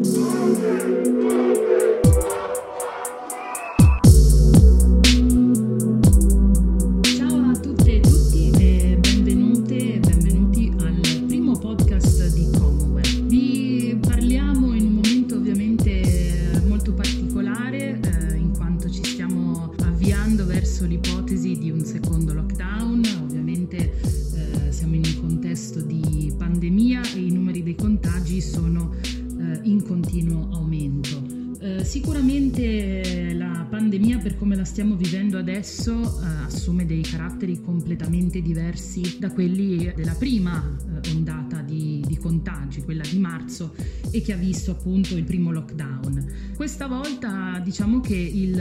Verso l'ipotesi di un secondo lockdown. Ovviamente siamo in un contesto di pandemia e i numeri dei contagi sono in continuo aumento. Sicuramente la pandemia, per come la stiamo vivendo adesso, assume dei caratteri completamente diversi da quelli della prima ondata di contagi, quella di marzo, e che ha visto appunto il primo lockdown. Questa volta diciamo che il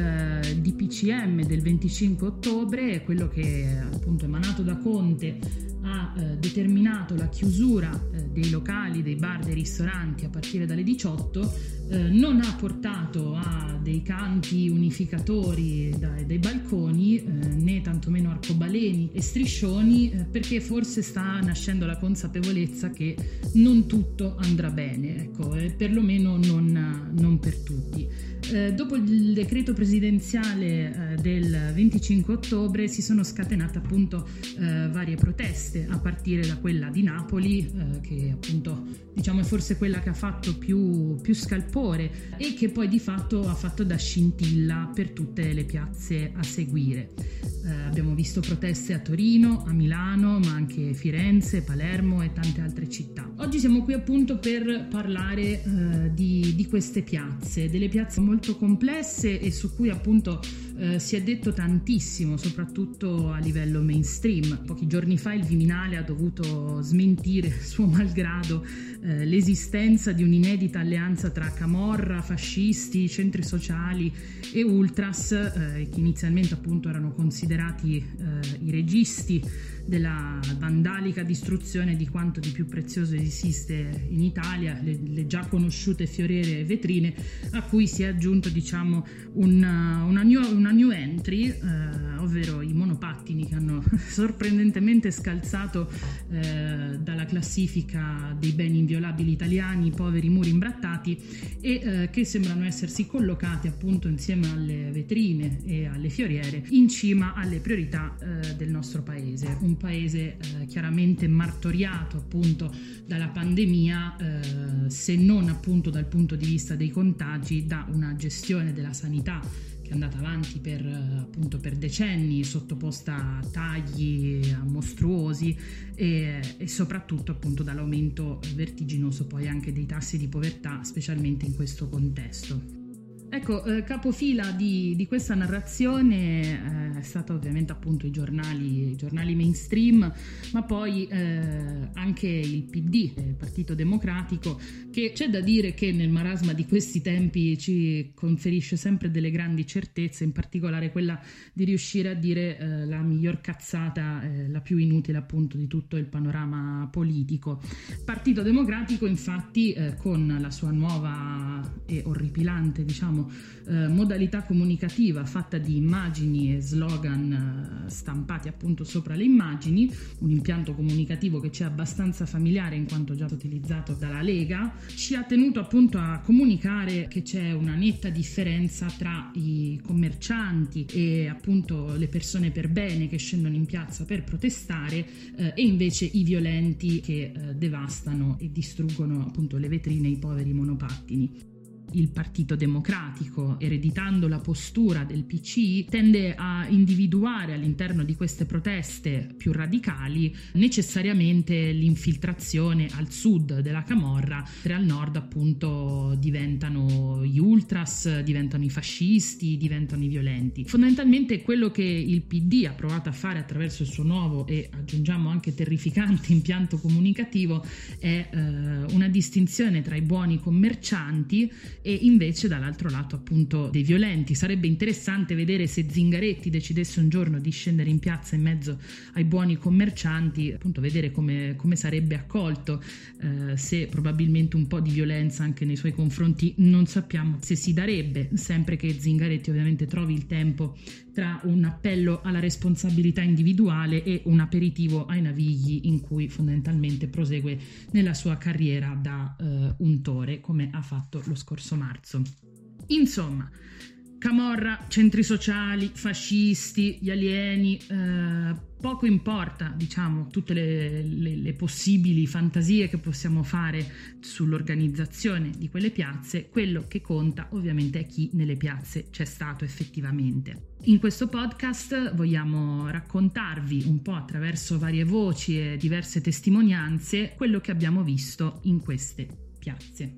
DPCM del 25 ottobre, quello che appunto emanato da Conte, ha determinato la chiusura dei locali, dei bar, dei ristoranti a partire dalle 18, non ha portato a dei canti unificatori dai balconi, né tantomeno arcobaleni e striscioni, perché forse sta nascendo la consapevolezza che non tutto andrà bene, ecco, perlomeno non per tutti. Dopo il decreto presidenziale del 25 ottobre si sono scatenate appunto varie proteste, a partire da quella di Napoli, che appunto diciamo è forse quella che ha fatto più scalpore e che poi di fatto ha fatto da scintilla per tutte le piazze a seguire. Abbiamo visto proteste a Torino, a Milano, ma anche Firenze, Palermo e tante altre città. Oggi siamo qui appunto per parlare di queste piazze, delle piazze molto complesse e su cui appunto si è detto tantissimo, soprattutto a livello mainstream. Pochi giorni fa il Viminale ha dovuto smentire, suo malgrado, l'esistenza di un'inedita alleanza tra camorra, fascisti, centri sociali e ultras, che inizialmente appunto erano considerati i registi della vandalica distruzione di quanto di più prezioso esiste in Italia, le già conosciute fioriere vetrine, a cui si è aggiunto diciamo una new entry, ovvero i monopattini, che hanno sorprendentemente scalzato dalla classifica dei beni inviolabili italiani i poveri muri imbrattati, e che sembrano essersi collocati appunto insieme alle vetrine e alle fioriere in cima alle priorità del nostro paese, un paese chiaramente martoriato appunto dalla pandemia, se non appunto dal punto di vista dei contagi, da una gestione della sanità che è andata avanti per decenni, sottoposta a tagli mostruosi e soprattutto appunto dall'aumento vertiginoso poi anche dei tassi di povertà, specialmente in questo contesto. Ecco, capofila di questa narrazione è stato ovviamente appunto i giornali mainstream, ma poi anche il PD, il Partito Democratico, che c'è da dire che nel marasma di questi tempi ci conferisce sempre delle grandi certezze, in particolare quella di riuscire a dire la miglior cazzata, la più inutile appunto di tutto il panorama politico. Partito Democratico infatti con la sua nuova e orripilante diciamo modalità comunicativa fatta di immagini e slogan stampati appunto sopra le immagini, un impianto comunicativo che ci è abbastanza familiare in quanto già utilizzato dalla Lega, ci ha tenuto appunto a comunicare che c'è una netta differenza tra i commercianti e appunto le persone per bene che scendono in piazza per protestare e invece i violenti che devastano e distruggono appunto le vetrine e i poveri monopattini. Il Partito Democratico, ereditando la postura del PCI, tende a individuare all'interno di queste proteste più radicali necessariamente l'infiltrazione al sud della camorra, mentre al nord appunto diventano gli ultras, diventano i fascisti, diventano i violenti. Fondamentalmente quello che il PD ha provato a fare attraverso il suo nuovo e aggiungiamo anche terrificante impianto comunicativo è una distinzione tra i buoni commercianti e invece dall'altro lato appunto dei violenti. Sarebbe interessante vedere se Zingaretti decidesse un giorno di scendere in piazza in mezzo ai buoni commercianti, appunto vedere come sarebbe accolto, se probabilmente un po' di violenza anche nei suoi confronti non sappiamo se si darebbe, sempre che Zingaretti ovviamente trovi il tempo tra un appello alla responsabilità individuale e un aperitivo ai Navigli in cui fondamentalmente prosegue nella sua carriera da untore, come ha fatto lo scorso marzo. Insomma, camorra, centri sociali, fascisti, gli alieni, poco importa, diciamo, tutte le possibili fantasie che possiamo fare sull'organizzazione di quelle piazze. Quello che conta ovviamente è chi nelle piazze c'è stato effettivamente. In questo podcast vogliamo raccontarvi un po' attraverso varie voci e diverse testimonianze quello che abbiamo visto in queste piazze.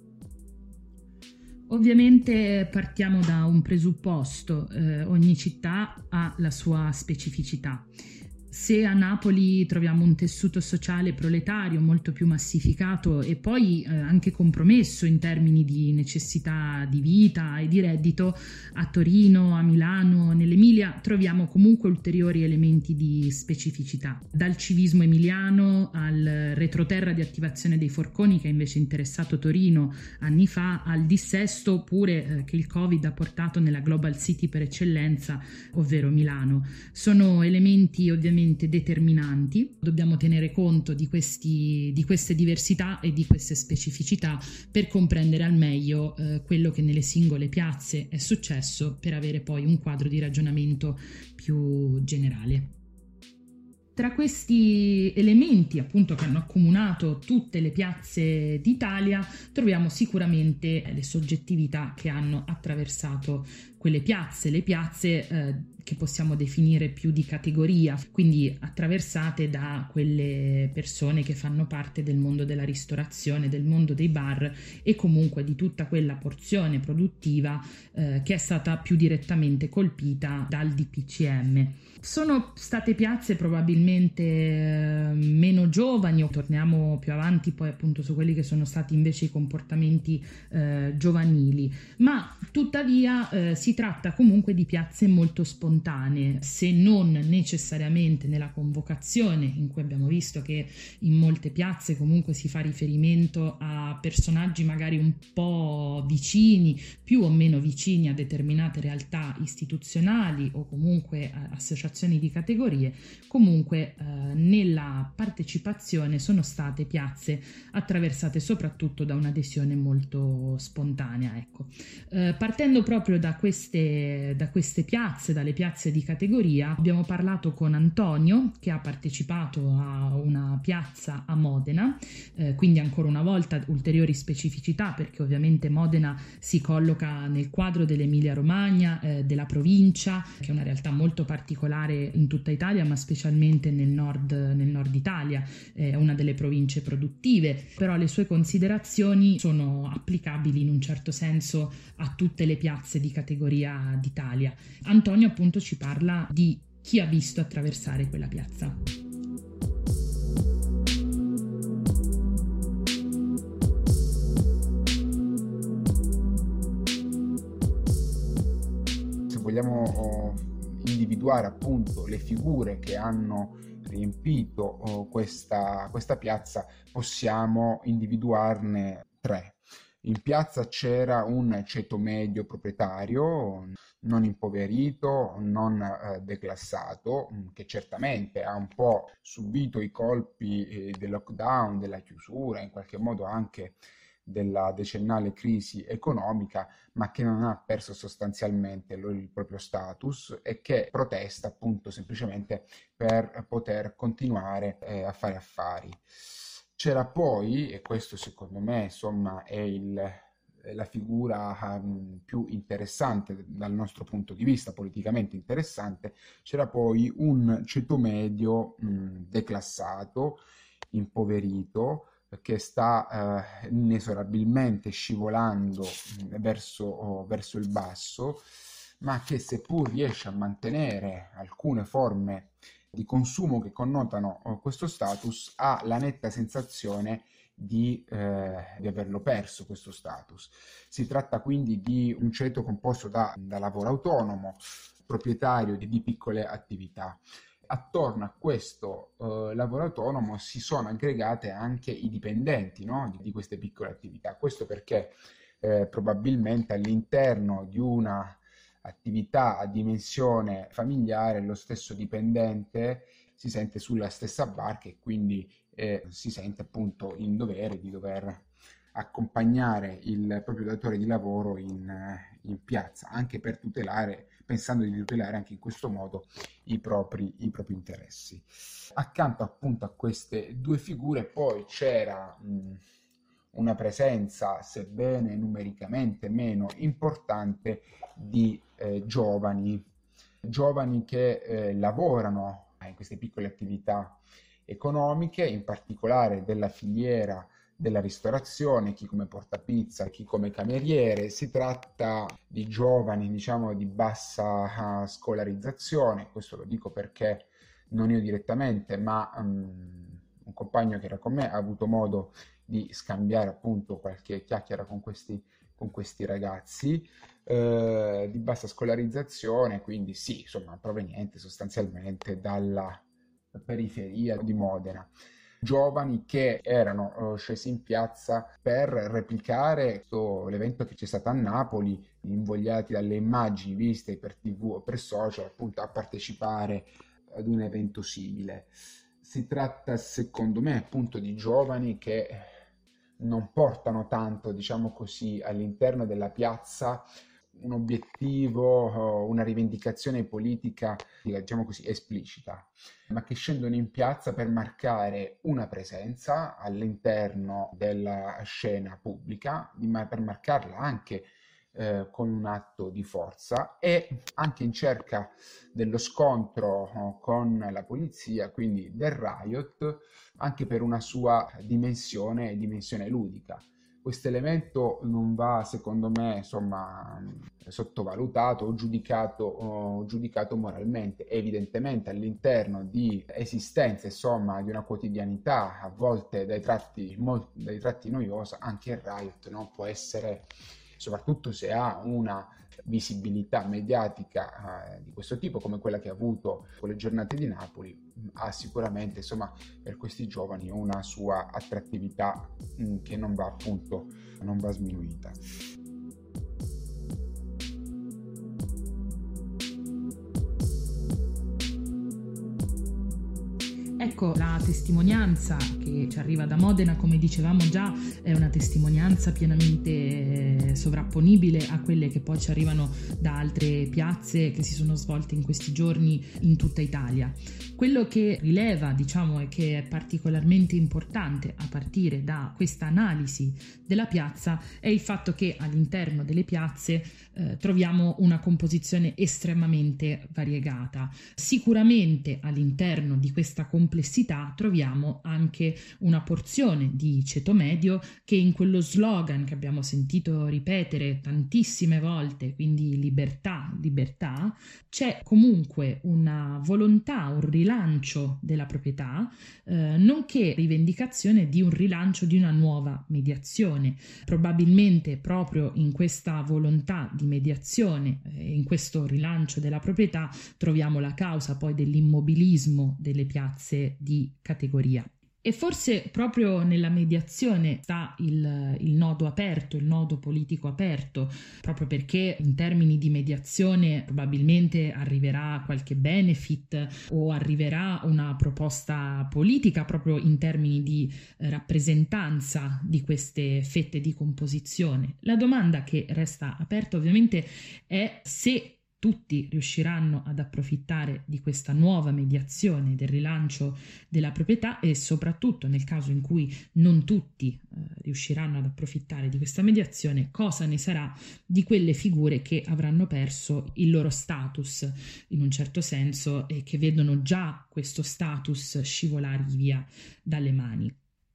Ovviamente partiamo da un presupposto, ogni città ha la sua specificità. Se a Napoli troviamo un tessuto sociale proletario molto più massificato e poi anche compromesso in termini di necessità di vita e di reddito, a Torino, a Milano, nell'Emilia troviamo comunque ulteriori elementi di specificità. Dal civismo emiliano al retroterra di attivazione dei forconi che ha invece interessato Torino anni fa, al dissesto pure che il Covid ha portato nella Global City per eccellenza, ovvero Milano. Sono elementi ovviamente determinanti, dobbiamo tenere conto di queste diversità e di queste specificità per comprendere al meglio quello che nelle singole piazze è successo, per avere poi un quadro di ragionamento più generale. Tra questi elementi appunto che hanno accomunato tutte le piazze d'Italia troviamo sicuramente le soggettività che hanno attraversato quelle piazze, le piazze che possiamo definire più di categoria, quindi attraversate da quelle persone che fanno parte del mondo della ristorazione, del mondo dei bar e comunque di tutta quella porzione produttiva che è stata più direttamente colpita dal DPCM. Sono state piazze probabilmente meno giovani, torniamo più avanti poi appunto su quelli che sono stati invece i comportamenti giovanili, ma tuttavia si tratta comunque di piazze molto spontanee, se non necessariamente nella convocazione, in cui abbiamo visto che in molte piazze comunque si fa riferimento a personaggi magari un po' vicini, più o meno vicini a determinate realtà istituzionali o comunque associazioni di categorie. Comunque nella partecipazione sono state piazze attraversate soprattutto da un'adesione molto spontanea, ecco. Partendo proprio da queste piazze, dalle piazze di categoria, abbiamo parlato con Antonio che ha partecipato a una piazza a Modena, quindi ancora una volta ulteriori specificità perché ovviamente Modena si colloca nel quadro dell'Emilia Romagna, della provincia, che è una realtà molto particolare in tutta Italia, ma specialmente nel nord Italia, è una delle province produttive, però le sue considerazioni sono applicabili in un certo senso a tutte le piazze di categoria d'Italia. Antonio appunto ci parla di chi ha visto attraversare quella piazza. Se vogliamo individuare appunto le figure che hanno riempito questa piazza, possiamo individuarne tre. In piazza c'era un ceto medio proprietario, non impoverito, non declassato, che certamente ha un po' subito i colpi del lockdown, della chiusura, in qualche modo anche della decennale crisi economica, ma che non ha perso sostanzialmente il proprio status e che protesta appunto semplicemente per poter continuare a fare affari. C'era poi, e questo secondo me insomma è la figura più interessante dal nostro punto di vista, politicamente interessante, c'era poi un ceto medio declassato, impoverito, che sta inesorabilmente scivolando verso il basso, ma che seppur riesce a mantenere alcune forme di consumo che connotano questo status, ha la netta sensazione di averlo perso questo status. Si tratta quindi di un ceto composto da lavoro autonomo, proprietario di piccole attività. Attorno a questo lavoro autonomo si sono aggregate anche i dipendenti, no? di queste piccole attività. Questo perché probabilmente all'interno di una attività a dimensione familiare lo stesso dipendente si sente sulla stessa barca e quindi si sente appunto in dovere di dover accompagnare il proprio datore di lavoro in piazza, anche per tutelare, pensando di tutelare anche in questo modo i propri interessi. Accanto appunto a queste due figure poi c'era una presenza, sebbene numericamente meno importante, di giovani che lavorano in queste piccole attività economiche, in particolare della filiera della ristorazione, chi come portapizza, chi come cameriere. Si tratta di giovani, diciamo, di bassa scolarizzazione. Questo lo dico perché non io direttamente, ma un compagno che era con me ha avuto modo di scambiare appunto qualche chiacchiera con questi ragazzi di bassa scolarizzazione, quindi sì, insomma, proveniente sostanzialmente dalla periferia di Modena. Giovani che erano scesi in piazza per replicare l'evento che c'è stato a Napoli, invogliati dalle immagini viste per TV o per social, appunto a partecipare ad un evento simile. Si tratta, secondo me, appunto di giovani che non portano tanto, diciamo così, all'interno della piazza un obiettivo, una rivendicazione politica, diciamo così, esplicita, ma che scendono in piazza per marcare una presenza all'interno della scena pubblica, per marcarla anche con un atto di forza e anche in cerca dello scontro con la polizia, quindi del riot, anche per una sua dimensione ludica. Questo elemento non va, secondo me, insomma, sottovalutato o giudicato moralmente. Evidentemente all'interno di esistenze, insomma, di una quotidianità a volte dai tratti noiosa, anche il riot, no? Può essere, soprattutto se ha una visibilità mediatica di questo tipo, come quella che ha avuto con le giornate di Napoli, ha sicuramente, insomma, per questi giovani una sua attrattività che non va sminuita. Ecco, la testimonianza che ci arriva da Modena, come dicevamo già, è una testimonianza pienamente sovrapponibile a quelle che poi ci arrivano da altre piazze che si sono svolte in questi giorni in tutta Italia. Quello che rileva, diciamo, e che è particolarmente importante a partire da questa analisi della piazza è il fatto che all'interno delle piazze troviamo una composizione estremamente variegata. Sicuramente all'interno di questa complessità troviamo anche una porzione di ceto medio che in quello slogan che abbiamo sentito ripetere tantissime volte, quindi libertà, libertà, c'è comunque una volontà, un rilancio della proprietà, nonché rivendicazione di un rilancio di una nuova mediazione. Probabilmente proprio in questa volontà di mediazione, in questo rilancio della proprietà, troviamo la causa poi dell'immobilismo delle piazze di categoria. E forse proprio nella mediazione sta il nodo aperto, il nodo politico aperto, proprio perché in termini di mediazione probabilmente arriverà qualche benefit o arriverà una proposta politica proprio in termini di rappresentanza di queste fette di composizione. La domanda che resta aperta ovviamente è se tutti riusciranno ad approfittare di questa nuova mediazione del rilancio della proprietà e soprattutto nel caso in cui non tutti riusciranno ad approfittare di questa mediazione, cosa ne sarà di quelle figure che avranno perso il loro status in un certo senso e che vedono già questo status scivolare via dalle mani.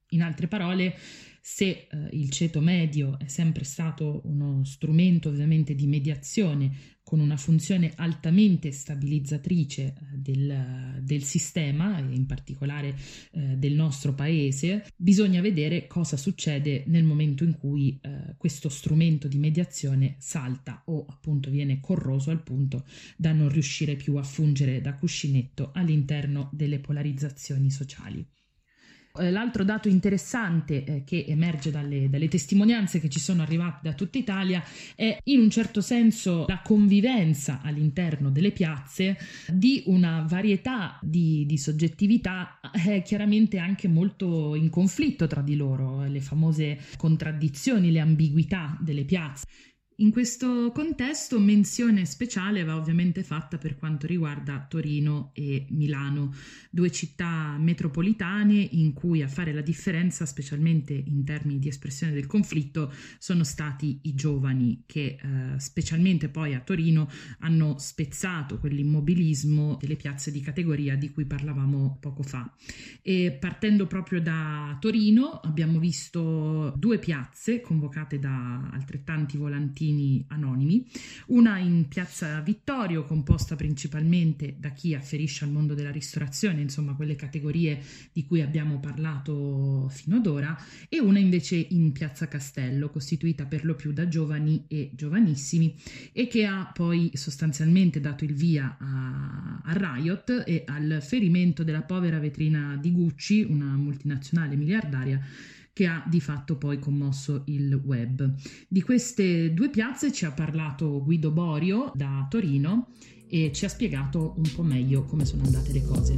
In altre parole, se il ceto medio è sempre stato uno strumento ovviamente di mediazione con una funzione altamente stabilizzatrice del sistema, e in particolare del nostro paese, bisogna vedere cosa succede nel momento in cui questo strumento di mediazione salta o appunto viene corroso al punto da non riuscire più a fungere da cuscinetto all'interno delle polarizzazioni sociali. L'altro dato interessante che emerge dalle testimonianze che ci sono arrivate da tutta Italia è in un certo senso la convivenza all'interno delle piazze di una varietà di soggettività chiaramente anche molto in conflitto tra di loro, le famose contraddizioni, le ambiguità delle piazze. In questo contesto menzione speciale va ovviamente fatta per quanto riguarda Torino e Milano, due città metropolitane in cui a fare la differenza, specialmente in termini di espressione del conflitto, sono stati i giovani che specialmente poi a Torino hanno spezzato quell'immobilismo delle piazze di categoria di cui parlavamo poco fa. E partendo proprio da Torino abbiamo visto due piazze convocate da altrettanti volantini anonimi, una in piazza Vittorio composta principalmente da chi afferisce al mondo della ristorazione, insomma quelle categorie di cui abbiamo parlato fino ad ora, e una invece in piazza Castello costituita per lo più da giovani e giovanissimi e che ha poi sostanzialmente dato il via a riot e al ferimento della povera vetrina di Gucci, una multinazionale miliardaria che ha di fatto poi commosso il web. Di queste due piazze ci ha parlato Guido Borio da Torino e ci ha spiegato un po' meglio come sono andate le cose.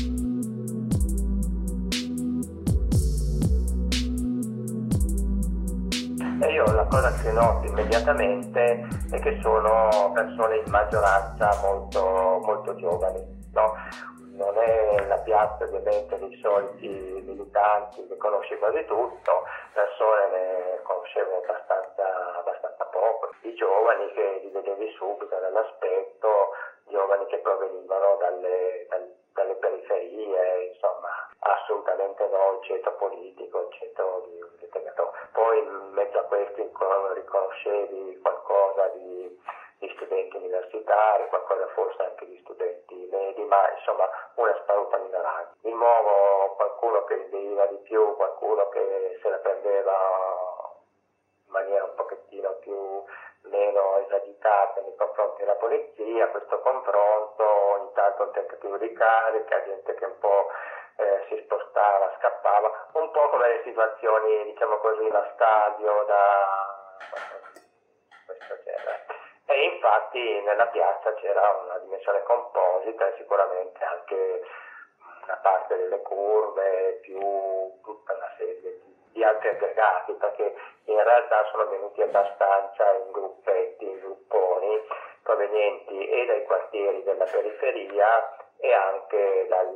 E io la cosa che noto immediatamente è che sono persone in maggioranza molto, molto giovani, no? Non è la piazza ovviamente dei soliti militanti che conosci quasi tutto, persone ne conoscevo abbastanza poco. I giovani che li vedevi subito dall'aspetto, giovani che provenivano dalle periferie, insomma assolutamente no il ceto politico, il ceto di poi in mezzo a questi riconoscevi qualcosa di studenti universitari, qualcosa forse anche di studenti medi, ma insomma una sparuta minoranza. Di nuovo qualcuno che veniva di più, qualcuno che se la prendeva in maniera un pochettino meno esagitata nei confronti della polizia, questo confronto, ogni tanto un tentativo di carica, gente che un po' si spostava, scappava, un po' come le situazioni, diciamo così, da stadio, da questo genere. E infatti nella piazza c'era una dimensione composita e sicuramente anche una parte delle curve, più tutta una serie di altri aggregati, perché in realtà sono venuti abbastanza in gruppetti, in grupponi, provenienti e dai quartieri della periferia e anche da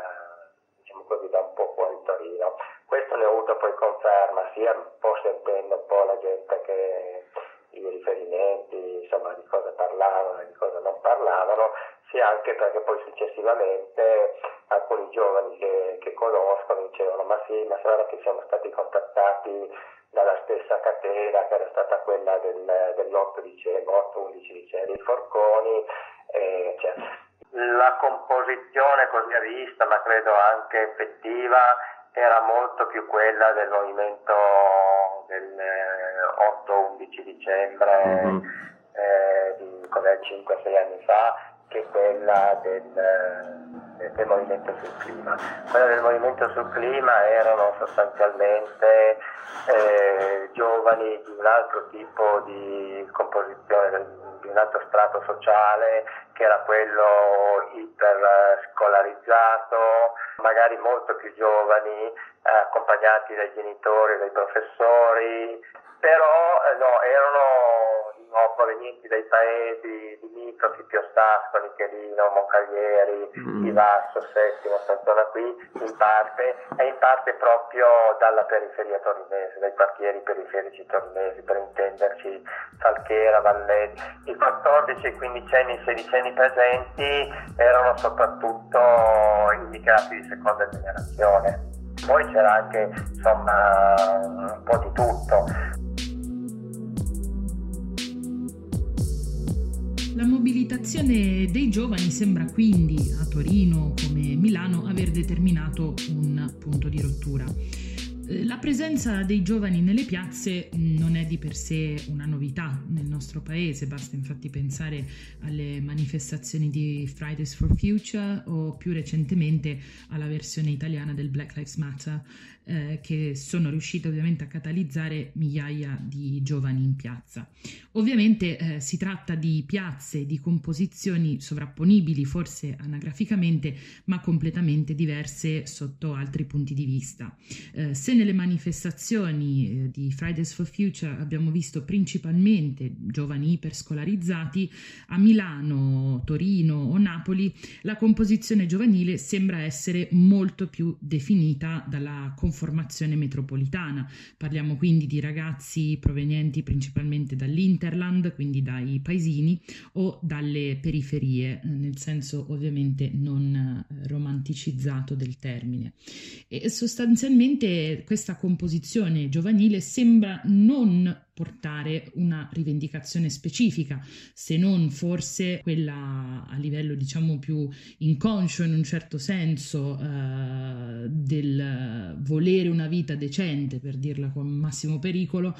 un po' fuori Torino. Questo ne ho avuto poi conferma, sia un po' sentendo un po' la gente che i riferimenti, insomma, di cosa parlavano e di cosa non parlavano, sia anche perché poi successivamente alcuni giovani che conoscono dicevano ma sarà che siamo stati contattati dalla stessa catena che era stata quella dell'8-11 dicembre dei Forconi, eccetera. La composizione così vista, ma credo anche effettiva, era molto più quella del movimento del 8-11 dicembre di 5-6 anni fa, che quella del movimento sul clima. Quella del movimento sul clima erano sostanzialmente giovani di un altro tipo di composizione, di un altro strato sociale, che era quello iperscolarizzato, magari molto più giovani, accompagnati dai genitori, dai professori, però erano provenienti dai paesi limitrofi, Piostascoli, Chelino, Moncaglieri, Chivasso, Settimo, questa zona qui, in parte proprio dalla periferia torinese, dai quartieri periferici torinesi, per intenderci Falchera, Valletti. I 14, 15enni, 16enni presenti erano soprattutto immigrati di seconda generazione. Poi c'era anche insomma un po' di tutto. La mobilitazione dei giovani sembra quindi a Torino come Milano aver determinato un punto di rottura. La presenza dei giovani nelle piazze non è di per sé una novità nel nostro paese, basta infatti pensare alle manifestazioni di Fridays for Future o più recentemente alla versione italiana del Black Lives Matter, che sono riuscite ovviamente a catalizzare migliaia di giovani in piazza. Ovviamente si tratta di piazze, di composizioni sovrapponibili forse anagraficamente, ma completamente diverse sotto altri punti di vista. Se nelle manifestazioni di Fridays for Future abbiamo visto principalmente giovani iperscolarizzati, a Milano, Torino o Napoli la composizione giovanile sembra essere molto più definita dalla conformazione metropolitana. Parliamo quindi di ragazzi provenienti principalmente dall'Interland, quindi dai paesini, o dalle periferie, nel senso ovviamente non romanticizzato del termine. E sostanzialmente questa composizione giovanile sembra non portare una rivendicazione specifica, se non forse quella a livello diciamo più inconscio in un certo senso del volere una vita decente, per dirla con massimo pericolo,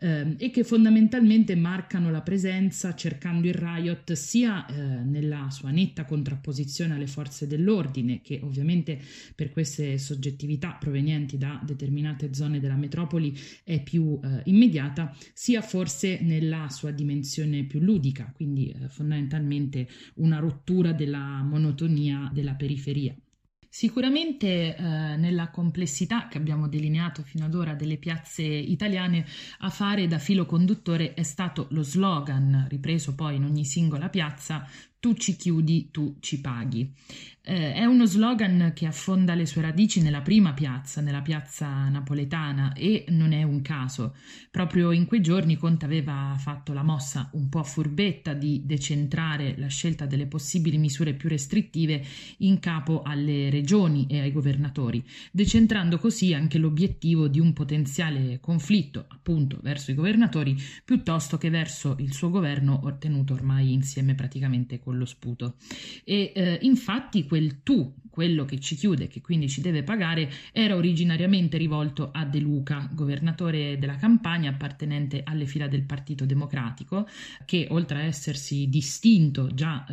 e che fondamentalmente marcano la presenza cercando il riot sia nella sua netta contrapposizione alle forze dell'ordine, che ovviamente per queste soggettività provenienti da determinate zone della metropoli è più immediata, sia forse nella sua dimensione più ludica, quindi fondamentalmente una rottura della monotonia della periferia. Sicuramente nella complessità che abbiamo delineato fino ad ora delle piazze italiane, a fare da filo conduttore è stato lo slogan, ripreso poi in ogni singola piazza: tu ci chiudi, tu ci paghi. È uno slogan che affonda le sue radici nella prima piazza, nella piazza napoletana, e non è un caso. Proprio in quei giorni Conte aveva fatto la mossa un po' furbetta di decentrare la scelta delle possibili misure più restrittive in capo alle regioni e ai governatori, decentrando così anche l'obiettivo di un potenziale conflitto, appunto, verso i governatori piuttosto che verso il suo governo, ottenuto ormai insieme praticamente con lo sputo. E infatti quel tu, quello che ci chiude, che quindi ci deve pagare, era originariamente rivolto a De Luca, governatore della Campania, appartenente alle fila del Partito Democratico, che oltre a essersi distinto già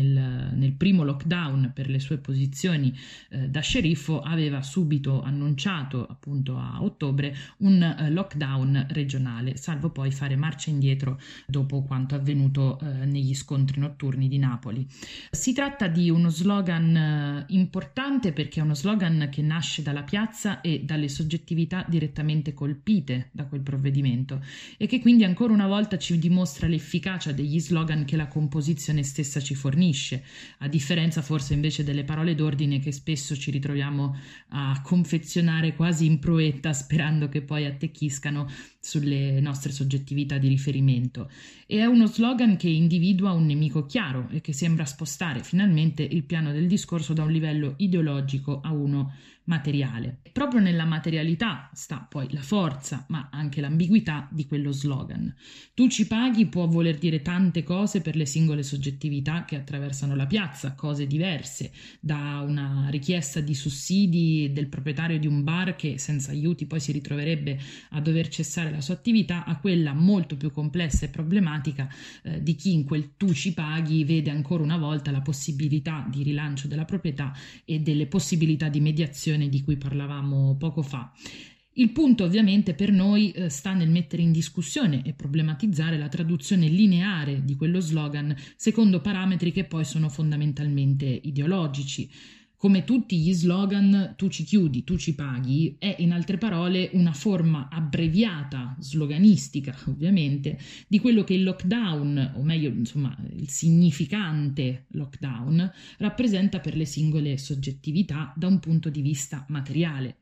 nel primo lockdown per le sue posizioni da sceriffo, aveva subito annunciato appunto a ottobre un lockdown regionale, salvo poi fare marcia indietro dopo quanto avvenuto negli scontri notturni di Napoli. Si tratta di uno slogan importante perché è uno slogan che nasce dalla piazza e dalle soggettività direttamente colpite da quel provvedimento, e che quindi ancora una volta ci dimostra l'efficacia degli slogan che la composizione stessa ci fornisce, a differenza forse invece delle parole d'ordine che spesso ci ritroviamo a confezionare quasi in pruetta, sperando che poi attecchiscano sulle nostre soggettività di riferimento. E è uno slogan che individua un nemico chiaro e che sembra spostare finalmente il piano del discorso da un livello ideologico a uno materiale. Proprio nella materialità sta poi la forza, ma anche l'ambiguità di quello slogan. Tu ci paghi può voler dire tante cose per le singole soggettività che attraversano la piazza, cose diverse, da una richiesta di sussidi del proprietario di un bar che senza aiuti poi si ritroverebbe a dover cessare la sua attività, a quella molto più complessa e problematica di chi in quel tu ci paghi vede ancora una volta la possibilità di rilancio della proprietà e delle possibilità di mediazione di cui parlavamo poco fa. Il punto ovviamente per noi sta nel mettere in discussione e problematizzare la traduzione lineare di quello slogan secondo parametri che poi sono fondamentalmente ideologici. Come tutti gli slogan, tu ci chiudi, tu ci paghi, è in altre parole una forma abbreviata, sloganistica ovviamente, di quello che il lockdown, o meglio insomma il significante lockdown, rappresenta per le singole soggettività da un punto di vista materiale.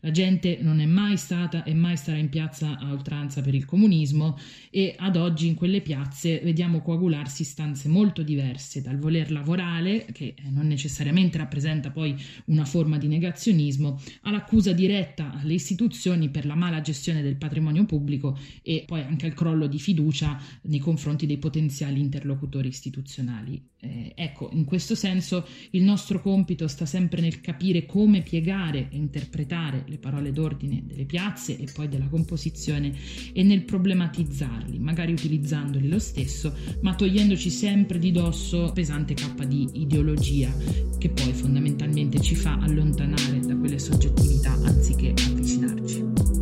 La gente non è mai stata e mai sarà in piazza a oltranza per il comunismo, e ad oggi in quelle piazze vediamo coagularsi istanze molto diverse, dal voler lavorare, che non necessariamente rappresenta poi una forma di negazionismo, all'accusa diretta alle istituzioni per la mala gestione del patrimonio pubblico e poi anche al crollo di fiducia nei confronti dei potenziali interlocutori istituzionali. Ecco, in questo senso il nostro compito sta sempre nel capire come piegare e interpretare le parole d'ordine delle piazze e poi della composizione, e nel problematizzarli, magari utilizzandoli lo stesso, ma togliendoci sempre di dosso pesante cappa di ideologia che poi fondamentalmente ci fa allontanare da quelle soggettività anziché avvicinarci.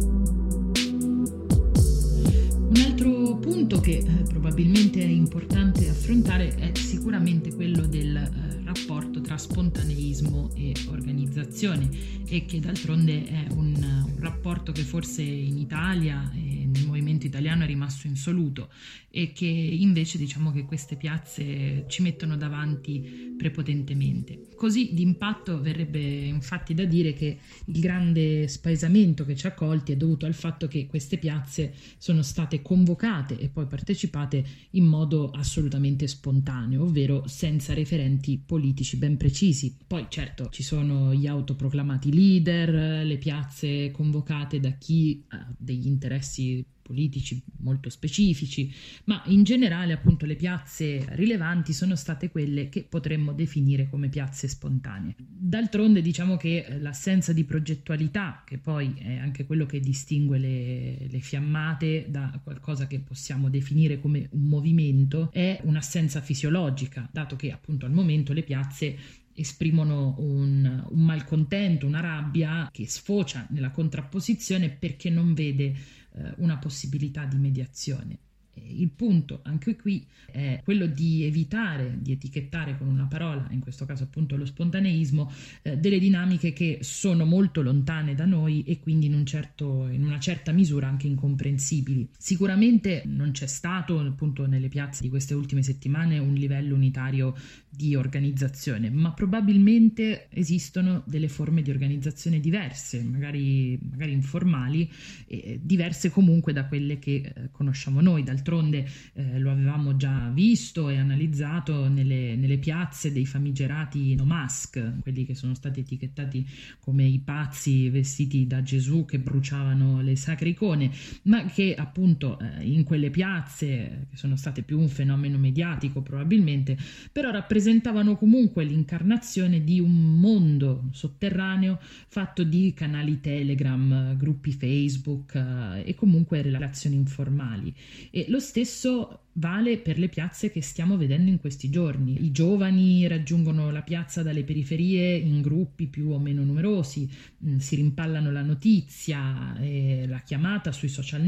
Un altro punto che probabilmente è importante affrontare è sicuramente quello del rapporto tra spontaneismo e organizzazione, e che d'altronde è un rapporto che forse in Italia e nel movimento italiano è rimasto insoluto, e che invece diciamo che queste piazze ci mettono davanti prepotentemente. Così d'impatto verrebbe infatti da dire che il grande spaesamento che ci ha colti è dovuto al fatto che queste piazze sono state convocate e poi partecipate in modo assolutamente spontaneo, ovvero senza referenti politici ben precisi. Poi certo ci sono gli autoproclamati leader, le piazze convocate da chi ha degli interessi politici molto specifici, ma in generale appunto le piazze rilevanti sono state quelle che potremmo definire come piazze spontanee. D'altronde diciamo che l'assenza di progettualità, che poi è anche quello che distingue le fiammate da qualcosa che possiamo definire come un movimento, è un'assenza fisiologica, dato che appunto al momento le piazze esprimono un malcontento, una rabbia che sfocia nella contrapposizione perché non vede una possibilità di mediazione. Il punto anche qui è quello di evitare di etichettare con una parola, in questo caso appunto lo spontaneismo, delle dinamiche che sono molto lontane da noi e quindi in una certa misura anche incomprensibili. Sicuramente non c'è stato appunto nelle piazze di queste ultime settimane un livello unitario di organizzazione, ma probabilmente esistono delle forme di organizzazione diverse, magari informali, diverse comunque da quelle che conosciamo noi. D'altronde lo avevamo già visto e analizzato nelle piazze dei famigerati no mask, quelli che sono stati etichettati come i pazzi vestiti da Gesù che bruciavano le sacre icone, ma che appunto in quelle piazze, che sono state più un fenomeno mediatico probabilmente, però rappresentavano comunque l'incarnazione di un mondo sotterraneo fatto di canali Telegram, gruppi Facebook e comunque relazioni informali. E lo stesso vale per le piazze che stiamo vedendo in questi giorni. I giovani raggiungono la piazza dalle periferie in gruppi più o meno numerosi, si rimpallano la notizia, la chiamata sui social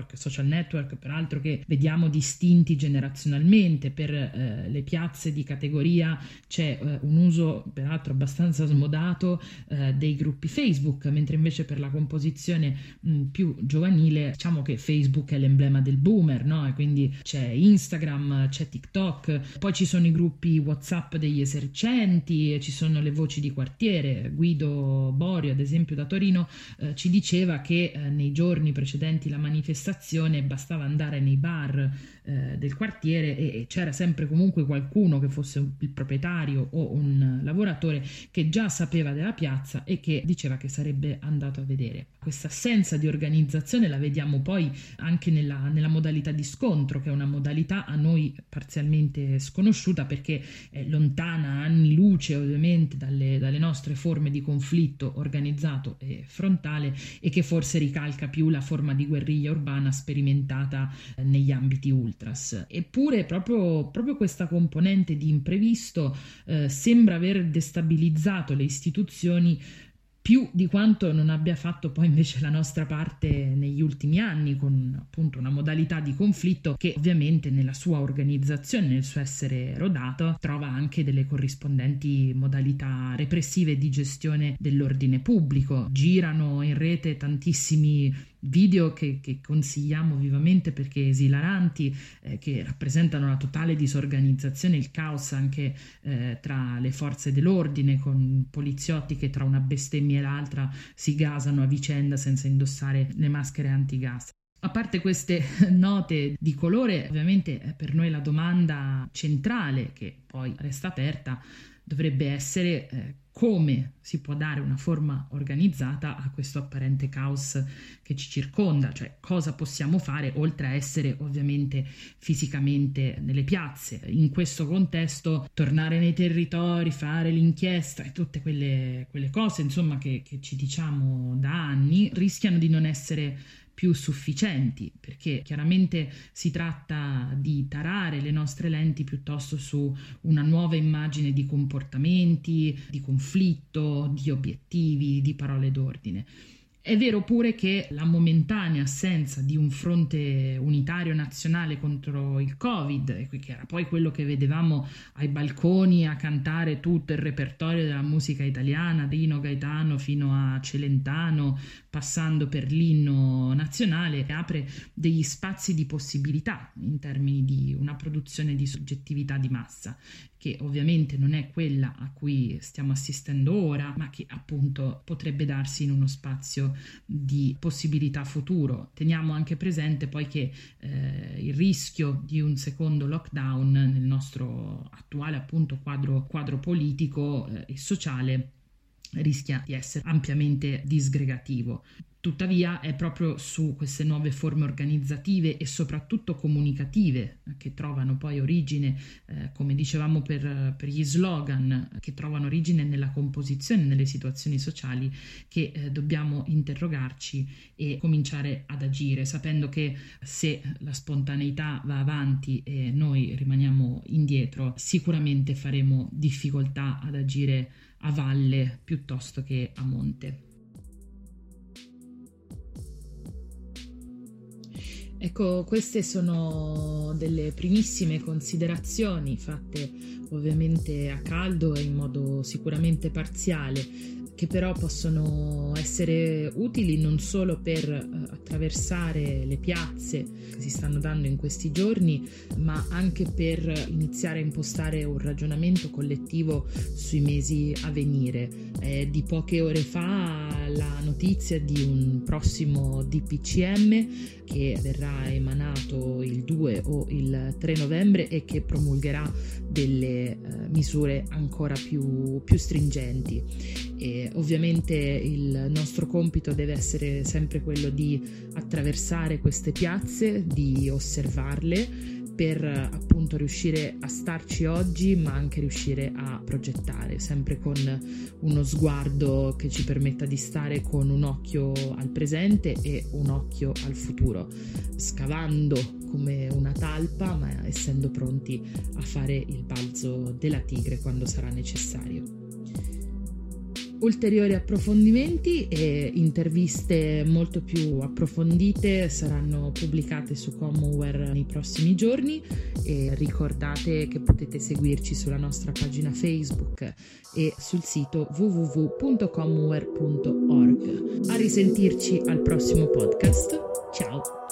network peraltro che vediamo distinti generazionalmente. Per le piazze di categoria c'è un uso peraltro abbastanza smodato dei gruppi Facebook, mentre invece per la composizione più giovanile diciamo che Facebook è l'emblema del boomer, no? E quindi c'è Instagram, c'è TikTok, poi ci sono i gruppi WhatsApp degli esercenti, ci sono le voci di quartiere. Guido Borio, ad esempio da Torino, ci diceva che nei giorni precedenti la manifestazione bastava andare nei bar del quartiere e c'era sempre comunque qualcuno, che fosse il proprietario o un lavoratore, che già sapeva della piazza e che diceva che sarebbe andato a vedere. Questa assenza di organizzazione la vediamo poi anche nella modalità di scontro, che è una modalità a noi parzialmente sconosciuta perché è lontana anni luce ovviamente dalle nostre forme di conflitto organizzato e frontale, e che forse ricalca più la forma di guerriglia urbana sperimentata negli ambiti ultras. Eppure proprio questa componente di imprevisto sembra aver destabilizzato le istituzioni più di quanto non abbia fatto poi invece la nostra parte negli ultimi anni, con appunto una modalità di conflitto che ovviamente nella sua organizzazione, nel suo essere rodato, trova anche delle corrispondenti modalità repressive di gestione dell'ordine pubblico. Girano in rete tantissimi video che consigliamo vivamente perché esilaranti, che rappresentano la totale disorganizzazione, il caos anche tra le forze dell'ordine, con poliziotti che tra una bestemmia e l'altra si gasano a vicenda senza indossare le maschere antigas. A parte queste note di colore, ovviamente per noi la domanda centrale, che poi resta aperta, dovrebbe essere come si può dare una forma organizzata a questo apparente caos che ci circonda, cioè cosa possiamo fare oltre a essere ovviamente fisicamente nelle piazze. In questo contesto tornare nei territori, fare l'inchiesta e tutte quelle cose insomma che ci diciamo da anni rischiano di non essere più sufficienti, perché chiaramente si tratta di tarare le nostre lenti piuttosto su una nuova immagine di comportamenti, di conflitto, di obiettivi, di parole d'ordine. È vero pure che la momentanea assenza di un fronte unitario nazionale contro il Covid, che era poi quello che vedevamo ai balconi a cantare tutto il repertorio della musica italiana, da Rino Gaetano fino a Celentano, passando per l'inno nazionale, apre degli spazi di possibilità in termini di una produzione di soggettività di massa, che ovviamente non è quella a cui stiamo assistendo ora, ma che appunto potrebbe darsi in uno spazio di possibilità futuro. Teniamo anche presente poi che il rischio di un secondo lockdown nel nostro attuale appunto quadro politico e sociale rischia di essere ampiamente disgregativo. Tuttavia è proprio su queste nuove forme organizzative e soprattutto comunicative che trovano poi origine, come dicevamo per gli slogan, che trovano origine nella composizione, nelle situazioni sociali, che dobbiamo interrogarci e cominciare ad agire, sapendo che se la spontaneità va avanti e noi rimaniamo indietro, sicuramente faremo difficoltà ad agire a valle piuttosto che a monte. Ecco, queste sono delle primissime considerazioni fatte ovviamente a caldo e in modo sicuramente parziale, che però possono essere utili non solo per attraversare le piazze che si stanno dando in questi giorni, ma anche per iniziare a impostare un ragionamento collettivo sui mesi a venire. Di poche ore fa la notizia di un prossimo DPCM che verrà emanato il 2 o il 3 novembre e che promulgherà delle misure ancora più stringenti. E ovviamente il nostro compito deve essere sempre quello di attraversare queste piazze, di osservarle, per appunto riuscire a starci oggi, ma anche riuscire a progettare, sempre con uno sguardo che ci permetta di stare con un occhio al presente e un occhio al futuro, scavando come una talpa, ma essendo pronti a fare il balzo della tigre quando sarà necessario. Ulteriori approfondimenti e interviste molto più approfondite saranno pubblicate su Commonwear nei prossimi giorni, e ricordate che potete seguirci sulla nostra pagina Facebook e sul sito www.commonwear.org. A risentirci al prossimo podcast. Ciao!